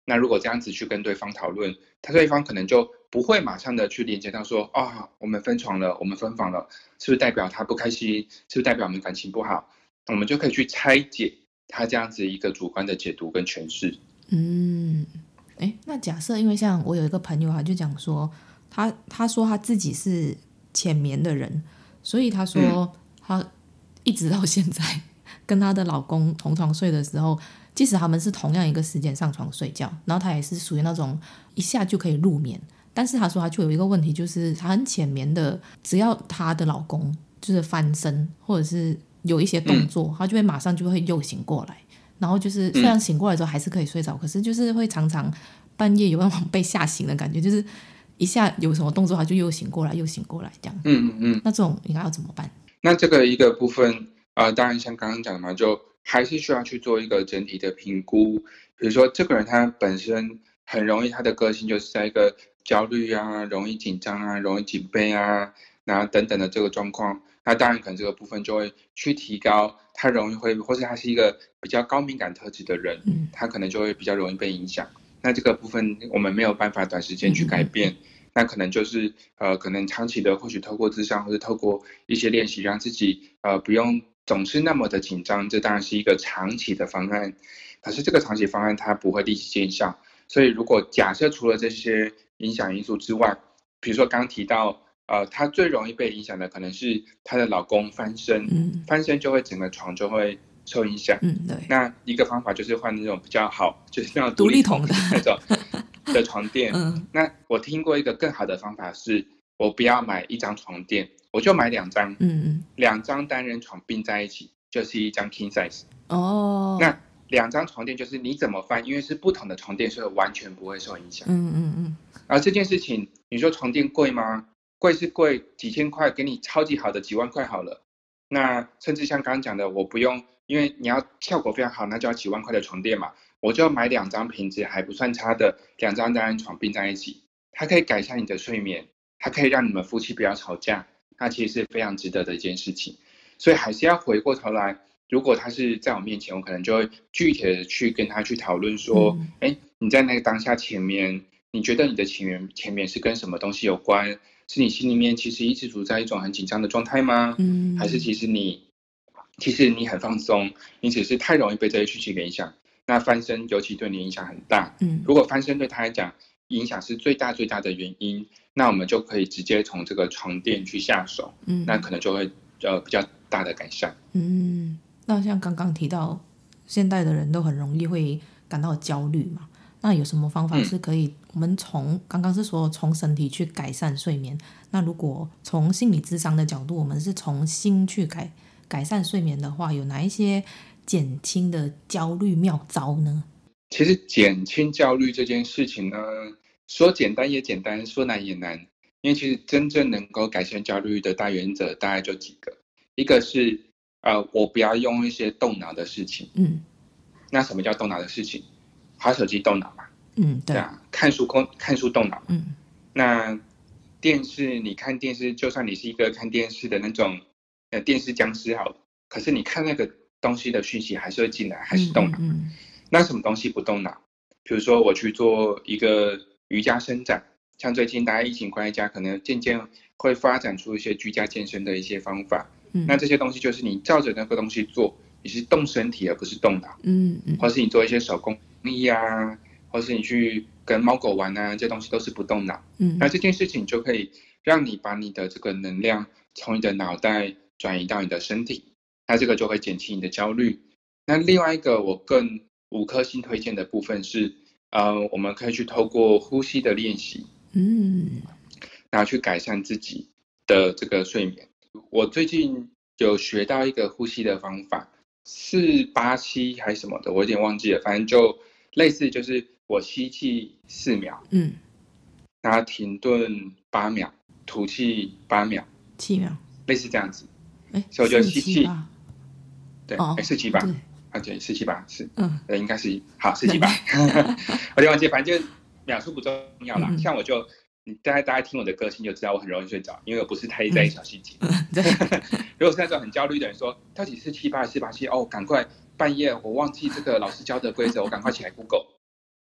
那如果这样子去跟对方讨论，他对方可能就不会马上的去连接到说，啊，我们分床了，我们分房了，是不是代表他不开心？是不是代表我们感情不好？我们就可以去拆解他这样子一个主观的解读跟诠释。 嗯，哎，那假设因为像我有一个朋友，他就讲说，他他说他自己是浅眠的人，所以他说他一直到现在跟他的老公同床睡的时候，即使他们是同样一个时间上床睡觉，然后他也是属于那种一下就可以入眠，但是他说他就有一个问题，就是他很浅眠的，只要他的老公就是翻身或者是有一些动作，他就会马上就会又醒过来，然后就是虽然醒过来之后还是可以睡着，可是就是会常常半夜有那种被吓醒的感觉，就是一下有什么动作他就又醒过来又醒过来这样。 嗯嗯嗯， 那这种应该要怎么办？ 那这个一个部分呃，当然像刚刚讲的嘛，就还是需要去做一个整体的评估。比如说这个人他本身很容易他的个性就是在一个焦虑啊，容易紧张啊，容易警备啊，然后等等的这个状况，那当然可能这个部分就会去提高他容易会，或是他是一个比较高敏感特质的人， 嗯， 他可能就会比较容易被影响。那这个部分我们没有办法短时间去改变，嗯嗯嗯，那可能就是呃，可能长期的或许透过咨商或者透过一些练习，让自己呃不用总是那么的紧张，这当然是一个长期的方案。可是这个长期方案它不会立即见效，所以如果假设除了这些影响因素之外，比如说刚提到呃，她最容易被影响的可能是她的老公翻身， 嗯， 翻身就会整个床就会受影响。 嗯，对。 那一个方法就是换那种比较好，就是那种独立筒的那种的床垫。 嗯， 那我听过一个更好的方法是，我不要买一张床垫，我就买两张， 嗯嗯， 两张单人床并在一起，就是一张 king size。 哦， 那两张床垫就是你怎么翻，因为是不同的床垫，所以完全不会受影响。 嗯嗯嗯。 而这件事情，你说床垫贵吗？贵是贵，几千块给你超级好的几万块好了。那甚至像刚刚讲的，我不用，因为你要效果非常好，那就要几万块的床垫嘛，我就买两张品质还不算差的两张单人床并在一起，它可以改善你的睡眠，它可以让你们夫妻不要吵架，那其实是非常值得的一件事情。所以还是要回过头来，如果他是在我面前，我可能就会具体的去跟他去讨论说，哎、嗯，你在那个当下前面，你觉得你的前面前面是跟什么东西有关？是你心里面其实一直处在一种很紧张的状态吗？嗯，还是其实你其实你很放松，你只是太容易被这些讯息给影响。那翻身尤其对你影响很大。嗯，如果翻身对他来讲影响是最大最大的原因，那我们就可以直接从这个床垫去下手。嗯，那可能就会呃比较大的改善。 嗯，那像刚刚提到，现代的人都很容易会感到焦虑嘛。那有什么方法是可以我们从刚刚是说从身体去改善睡眠，那如果从心理咨商的角度，我们是从心去改改善睡眠的话，有哪一些减轻的焦虑妙招呢？ 其实减轻焦虑这件事情呢，说简单也简单，说难也难。因为其实真正能够改善焦虑的大原则大概就几个，一个是呃，我不要用一些动脑的事情。嗯，那什么叫动脑的事情？滑手机动脑嘛。嗯，对啊，看书空看书动脑。嗯，那电视你看电视，就算你是一个看电视的那种呃电视僵尸好了，可是你看那个东西的讯息还是会进来，还是动脑。嗯，嗯嗯，那什么东西不动脑？比如说我去做一个瑜伽伸展，像最近大家疫情关在家，可能渐渐会发展出一些居家健身的一些方法。嗯，那这些东西就是你照着那个东西做，你是动身体而不是动脑。嗯嗯，或是你做一些手工艺啊，或是你去跟猫狗玩啊，这东西都是不动脑。嗯，那这件事情就可以让你把你的这个能量从你的脑袋转移到你的身体，那这个就会减轻你的焦虑。那另外一个我更五颗星推荐的部分是，呃，我们可以去透过呼吸的练习，嗯，然后去改善自己的这个睡眠。我最近有学到一个呼吸的方法，四八七还是什么的，我有点忘记了，反正就类似，就是我吸气四秒，嗯，然后停顿八秒，吐气八秒， 七秒， 类似这样子。 哎， 所以我就吸气，对， 哦， 四七八。啊，对，四七八是，嗯，呃，应该是好四七八，我就忘记，反正就秒数不重要啦。嗯、像我就，你大家大家听我的个性就知道我很容易睡着，因为我不是太在意小细节。嗯嗯、对，如果是那种很焦虑的人说，到底是七八还是四八七？哦，赶快半夜我忘记这个老师教的规则，我赶快起来 Google。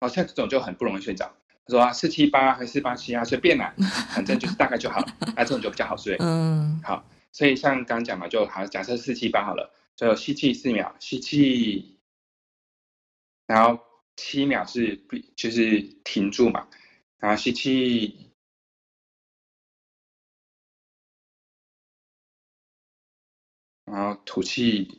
哦，像这种就很不容易睡着。他说啊，四七八还是四八七啊，随便啦，反正就是大概就好了。啊，这种就比较好睡。 嗯好，所以像刚刚讲嘛，就好，假设四七八好了，就吸气四秒，吸气，然后七秒是闭就是停住嘛，然后吸气，然后吐气。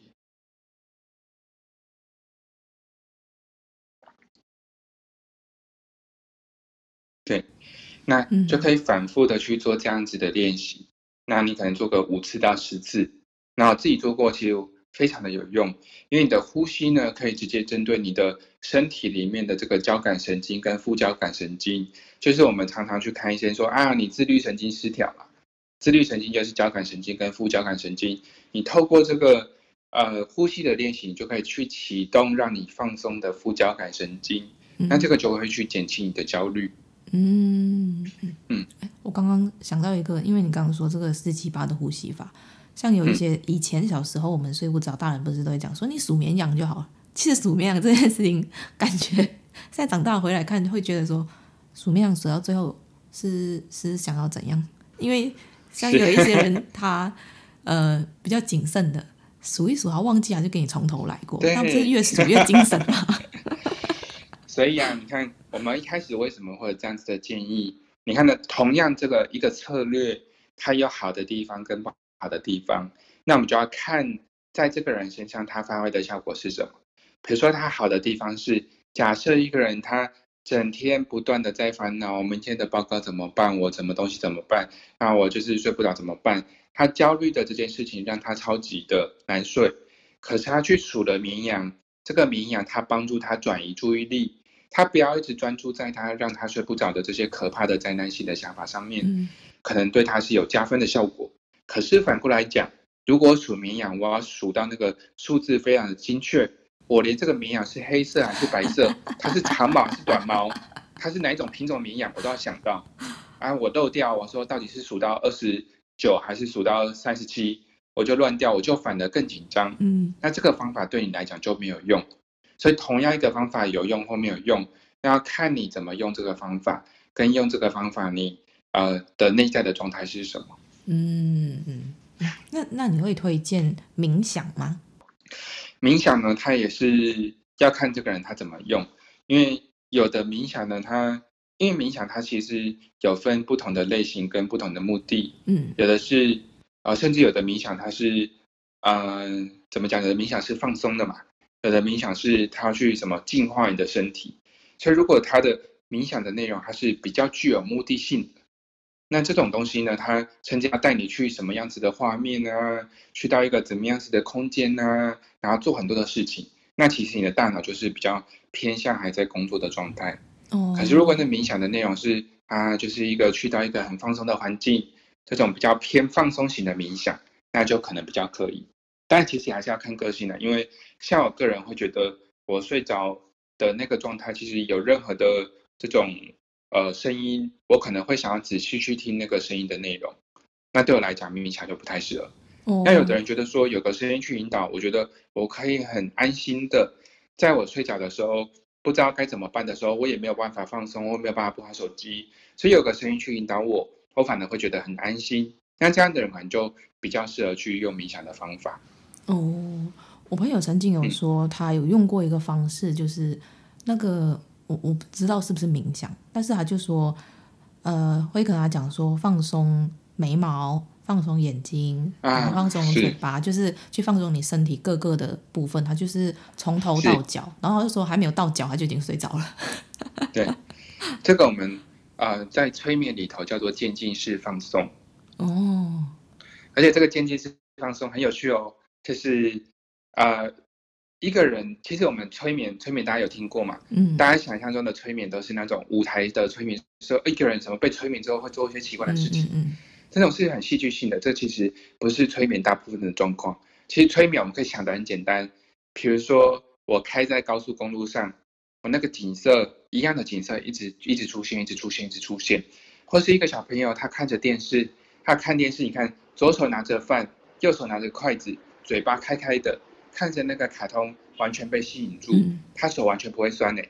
对，那就嗯可以反复的去做这样子的练习。那你可能做个五次到十次，那我自己做过，其实非常的有用，因为你的呼吸呢，可以直接针对你的身体里面的这个交感神经跟副交感神经，就是我们常常去看医生说啊，你自律神经失调了，自律神经就是交感神经跟副交感神经，你透过这个呃呼吸的练习，你就可以去启动让你放松的副交感神经，那这嗯个就会去减轻你的焦虑。 嗯嗯嗯诶我刚刚想到一个，因为你刚刚说这个四七八的呼吸法，像有一些以前小时候我们睡不着，大人不是都会讲说你数绵羊就好了。其实数绵羊这件事情，感觉现在长大回来看，会觉得说数绵羊数到最后是是想要怎样？因为像有一些人他呃比较谨慎的，数一数他忘记他就给你从头来过，那不是对， 越数越精神吗？ 所以啊，你看我们一开始为什么会有这样子的建议？你看呢，同样这个一个策略，它有好的地方跟不好的地方，那我们就要看在这个人身上他发挥的效果是什么。比如说他好的地方是，假设一个人他整天不断的在烦恼，我明天的报告怎么办？我什么东西怎么办？那我就是睡不着怎么办？他焦虑的这件事情让他超级的难睡，可是他去数了绵羊，这个绵羊他帮助他转移注意力，他不要一直专注在他让他睡不着的这些可怕的灾难性的想法上面， 嗯可能对他是有加分的效果。可是反过来讲，如果数绵羊，我要数到那个数字非常的精确，我连这个绵羊是黑色还是白色，它是长毛还是短毛，它是哪一种品种绵羊，我都要想到。啊，我漏掉，我说到底是数到二十九还是数到三十七，我就乱掉，我就反而更紧张。 嗯那这个方法对你来讲就没有用。所以同样一个方法有用或没有用，那要看你怎么用这个方法，跟用这个方法你呃的内在的状态是什么。 嗯嗯，那那你会推荐冥想吗？ 冥想呢，它也是要看这个人他怎么用，因为有的冥想呢，它因为冥想它其实有分不同的类型跟不同的目的， 嗯有的是呃，甚至有的冥想它是嗯、呃、怎么讲？有的冥想是放松的嘛，有的冥想是它去什么净化你的身体，所以如果它的冥想的内容它是比较具有目的性的。那这种东西呢，它甚至要带你去什么样子的画面啊，去到一个怎么样子的空间啊，然后做很多的事情。那其实你的大脑就是比较偏向还在工作的状态。可是如果哦那冥想的内容是啊，就是一个去到一个很放松的环境，这种比较偏放松型的冥想，那就可能比较可以。但其实还是要看个性的，因为像我个人会觉得，我睡着的那个状态，其实有任何的这种呃声音，我可能会想要仔细去听那个声音的内容。那对我来讲，冥想就不太适合。那有的哦人觉得说有个声音去引导，我觉得我可以很安心的，在我睡着的时候，不知道该怎么办的时候，我也没有办法放松，我没有办法不玩手机，所以有个声音去引导我，我反而会觉得很安心。那这样的人可能就比较适合去用冥想的方法。 哦，我朋友曾经有嗯说他有用过一个方式，就是那个我我不知道是不是冥想，但是他就说呃会跟他讲说放松眉毛。放松眼睛，然后啊， 放松嘴是巴，就是去放松你身体各个的部分。他就是从头到是， 脚，然后他就说还没有到脚，他就已经睡着了。 对，这个我们呃在催眠里头叫做渐进式放松， 哦， 而且这个渐进式放松很有趣哦，就是呃一个人，其实我们催眠催眠大家有听过嘛？ 嗯大家想象中的催眠都是那种舞台的催眠，说一个人什么被催眠之后会做一些奇怪的事情， 嗯嗯嗯这种是很戏剧性的，这其实不是催眠大部分的状况。其实催眠我们可以想得很简单，比如说我开在高速公路上，我那个景色一样的景色一直一直出现，一直出现，一直出现，或是一个小朋友他看着电视，他看电视，你看左手拿着饭，右手拿着筷子，嘴巴开开的，看着那个卡通完全被吸引住， 嗯他手完全不会酸诶，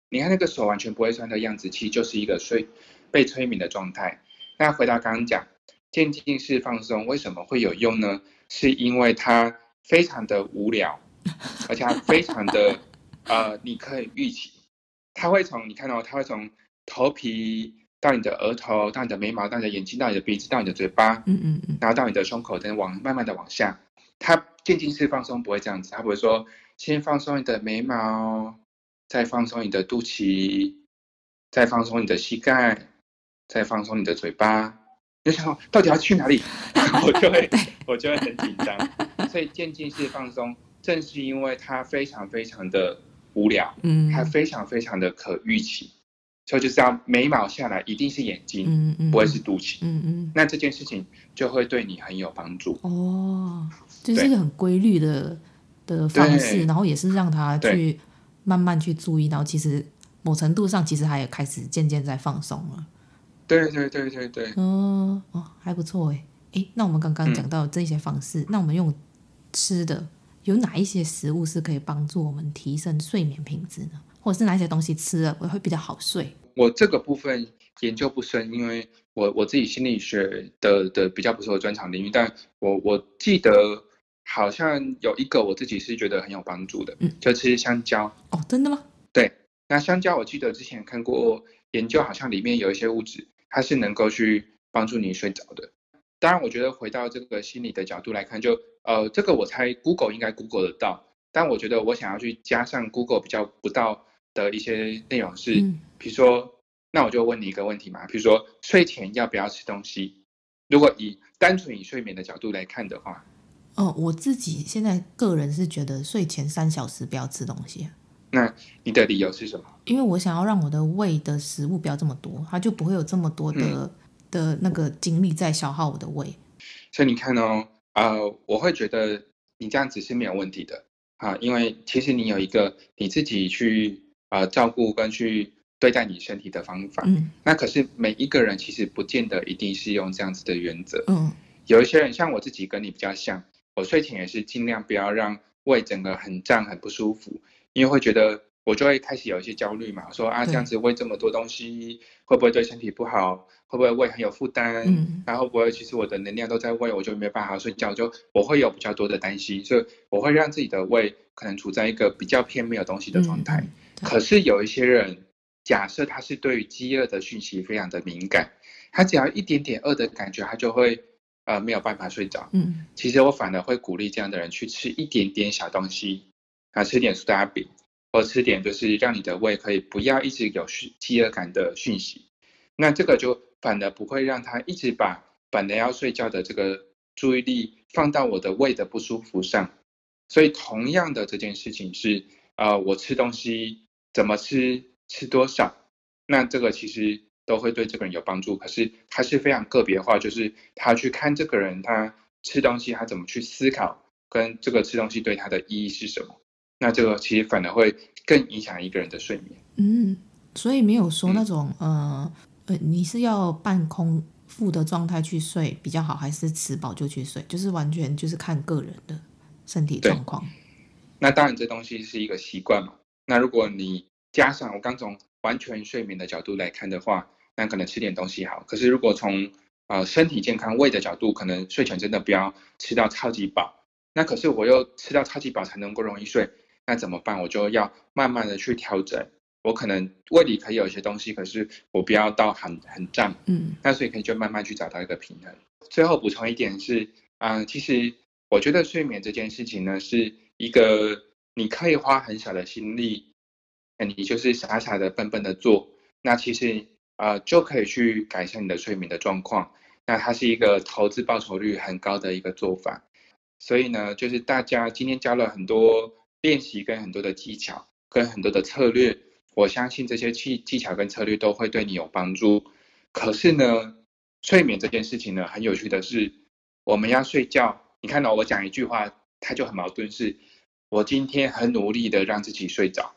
你看那个手完全不会酸的样子，其实就是一个睡被催眠的状态。那回到刚刚讲渐进式放松为什么会有用呢？是因为它非常的无聊，而且它非常的呃，你可以预期，它会从你看到、哦、它会从头皮到你的额头，到你的眉毛，到你的眼睛，到你的鼻子，到你的嘴巴， 嗯嗯嗯， 然后到你的胸口，等往慢慢的往下。它渐进式放松不会这样子，它不会说先放松你的眉毛，再放松你的肚脐，再放松你的膝盖，再放松你的嘴巴。你就想说到底要去哪里？我就会我就会很紧张。所以渐进式放松，正是因为它非常非常的无聊， 嗯， 它非常非常的可预期，所以就是要眉毛下来一定是眼睛， 嗯嗯， 不会是肚脐。 嗯嗯， 那这件事情就会对你很有帮助。 哦，就是一个很规律的的方式，然后也是让他去慢慢去注意到，其实某程度上其实他也开始渐渐在放松了。 对对对对对， 哦哦，还不错哎哎，那我们刚刚讲到这些方式，嗯、那我们用吃的有哪一些食物是可以帮助我们提升睡眠品质呢？或者是哪一些东西吃了我会比较好睡？ 我这个部分研究不深，因为我我自己心理学的的比较不是我专长领域，但我我记得好像有一个我自己是觉得很有帮助的，嗯，就吃香蕉。 哦，真的吗？ 对，那香蕉我记得之前看过研究，好像里面有一些物质，它是能够去帮助你睡着的。当然，我觉得回到这个心理的角度来看，就呃，这个我猜 Google 应该 Google 得到，但我觉得我想要去加上 Google 比较不到的一些内容是，嗯、比如说，那我就问你一个问题嘛，比如说睡前要不要吃东西？如果以单纯以睡眠的角度来看的话， 哦，我自己现在个人是觉得睡前三小时不要吃东西。 那你的理由是什么？ 因为我想要让我的胃的食物不要这么多，它就不会有这么多的、嗯、的那个精力在消耗我的胃。 所以你看哦，呃，我会觉得你这样子是没有问题的啊，因为其实你有一个你自己去呃照顾跟去对待你身体的方法。嗯。那可是每一个人其实不见得一定是用这样子的原则。嗯。有一些人像我自己跟你比较像，我睡前也是尽量不要让胃整个很胀很不舒服，因为会觉得我就会开始有一些焦虑嘛，说啊这样子喂这么多东西会不会对身体不好？会不会胃很有负担？嗯，然后会不会其实我的能量都在胃，我就没办法睡觉，就我会有比较多的担心，所以我会让自己的胃可能处在一个比较偏没有东西的状态。嗯嗯、可是有一些人，假设他是对于饥饿的讯息非常的敏感，他只要一点点饿的感觉，他就会呃没有办法睡着。嗯，其实我反而会鼓励这样的人去吃一点点小东西，啊，吃点苏打饼，或吃点就是让你的胃可以不要一直有饥饿感的讯息。那这个就反而不会让他一直把本来要睡觉的这个注意力放到我的胃的不舒服上。所以同样的这件事情是，呃，我吃东西怎么吃，吃多少，那这个其实都会对这个人有帮助。可是他是非常个别化，就是他去看这个人他吃东西他怎么去思考，跟这个吃东西对他的意义是什么。那这个其实反而会更影响一个人的睡眠。 嗯，所以没有说那种、嗯、呃。呃，你是要半空腹的状态去睡比较好，还是吃饱就去睡？就是完全就是看个人的身体状况。 那当然，这东西是一个习惯嘛。那如果你加上我刚从完全睡眠的角度来看的话，那可能吃点东西好。可是如果从呃身体健康胃的角度，可能睡前真的不要吃到超级饱。那可是我又吃到超级饱才能够容易睡，那怎么办？我就要慢慢的去调整。我可能胃里可以有一些东西，可是我不要到很很胀，嗯，那所以可以就慢慢去找到一个平衡。最后补充一点是，啊、呃，其实我觉得睡眠这件事情呢，是一个你可以花很小的心力，你就是傻傻的笨笨的做，那其实呃就可以去改善你的睡眠的状况。那它是一个投资报酬率很高的一个做法。所以呢，就是大家今天教了很多练习跟很多的技巧跟很多的策略。我相信这些技技巧跟策略都会对你有帮助。可是呢，睡眠这件事情呢，很有趣的是，我们要睡觉。你看到、哦、我讲一句话，它就很矛盾是，是我今天很努力的让自己睡着。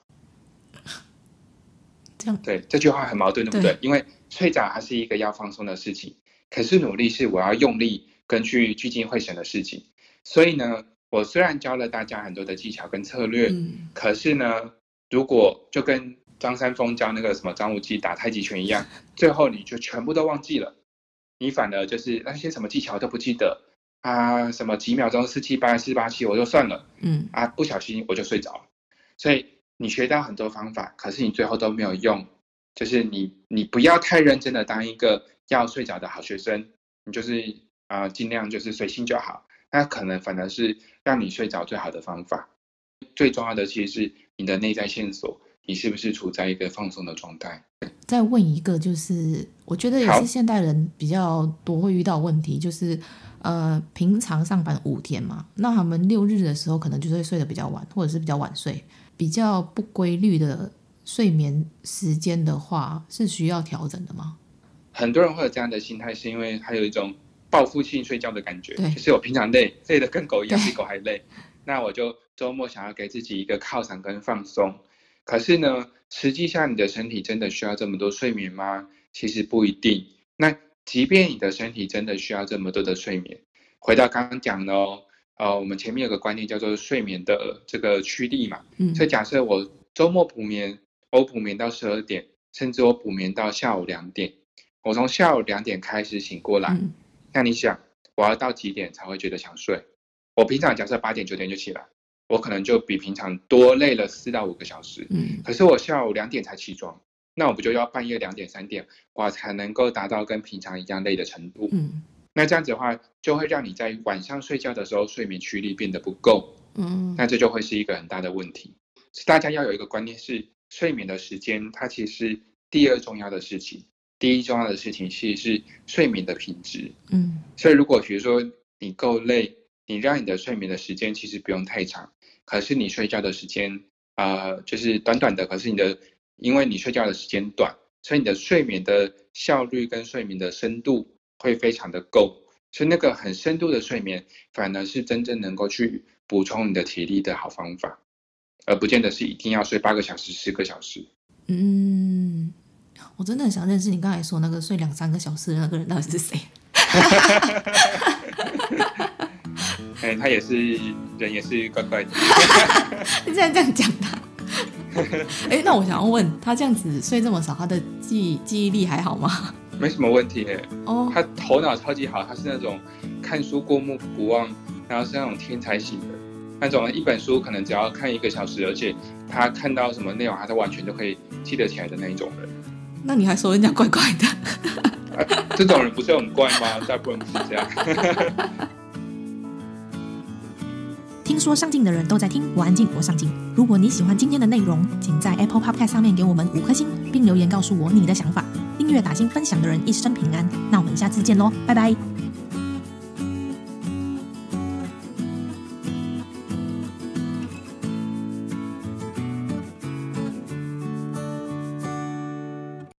这样对，这句话很矛盾，对不对？对，因为睡着它是一个要放松的事情，可是努力是我要用力跟去聚精会神的事情。所以呢，我虽然教了大家很多的技巧跟策略，嗯、可是呢，如果就跟张三丰教那个什么张无忌打太极拳一样，最后你就全部都忘记了，你反而就是那些什么技巧都不记得啊，什么几秒钟四七八四八七我就算了， 嗯啊，不小心我就睡着了。所以你学到很多方法，可是你最后都没有用，就是你你不要太认真的当一个要睡着的好学生，你就是啊、呃、尽量就是随心就好，那可能反而是让你睡着最好的方法。最重要的其实是你的内在线索，你是不是处在一个放松的状态。 再问一个，就是我觉得也是现代人比较多会遇到的问题，就是呃，平常上班五天嘛，那他们六日的时候可能就会睡得比较晚，或者是比较晚睡，比较不规律的睡眠时间的话，是需要调整的吗？ 很多人会有这样的心态，是因为他有一种报复性睡觉的感觉， 对， 就是我平常累，累得跟狗一样，比狗还累，那我就周末想要给自己一个犒赏跟放松。可是呢，实际上你的身体真的需要这么多睡眠吗？其实不一定。那即便你的身体真的需要这么多的睡眠，回到刚刚讲的哦，呃，我们前面有个观念叫做睡眠的这个驱力嘛，嗯，所以假设我周末补眠，我补眠到十二点，甚至我补眠到下午两点，我从下午两点开始醒过来，嗯，那你想我要到几点才会觉得想睡？我平常假设八点九点就起来，我可能就比平常多累了四到五个小时，嗯，可是我下午两点才起床，那我不就要半夜两点三点，我才能够达到跟平常一样累的程度，嗯，那这样子的话，就会让你在晚上睡觉的时候睡眠驱力变得不够，嗯，那这就会是一个很大的问题。大家要有一个观念是，睡眠的时间它其实是第二重要的事情，第一重要的事情其实是睡眠的品质，嗯，所以如果比如说你够累，你让你的睡眠的时间其实不用太长，可是你睡觉的时间呃，就是短短的，可是你的因为你睡觉的时间短，所以你的睡眠的效率跟睡眠的深度会非常的够，所以那个很深度的睡眠反而是真正能够去补充你的体力的好方法，而不见得是一定要睡八个小时十个小时。 嗯，我真的很想认识你刚才说那个睡两三个小时的那个人到底是谁。 哎，他也是人，也是怪怪的。 你竟然这样讲他？哎，那我想要问他，这样子睡这么少，他的记记忆力还好吗？ 没什么问题耶。哦，他头脑超级好，他是那种看书过目不忘，然后是那种天才型的，那种一本书可能只要看一个小时，而且他看到什么内容，他都完全都可以记得起来的那一种人。 那你还说人家怪怪的？ 啊、这种人不是很怪吗？大部分不是这样。 听说上进的人都在听，我安静，我上进。如果你喜欢今天的内容，请在 Apple Podcast 上面给我们五颗星，并留言告诉我你的想法。订阅、打星、分享的人一生平安。那我们下次见咯，拜拜。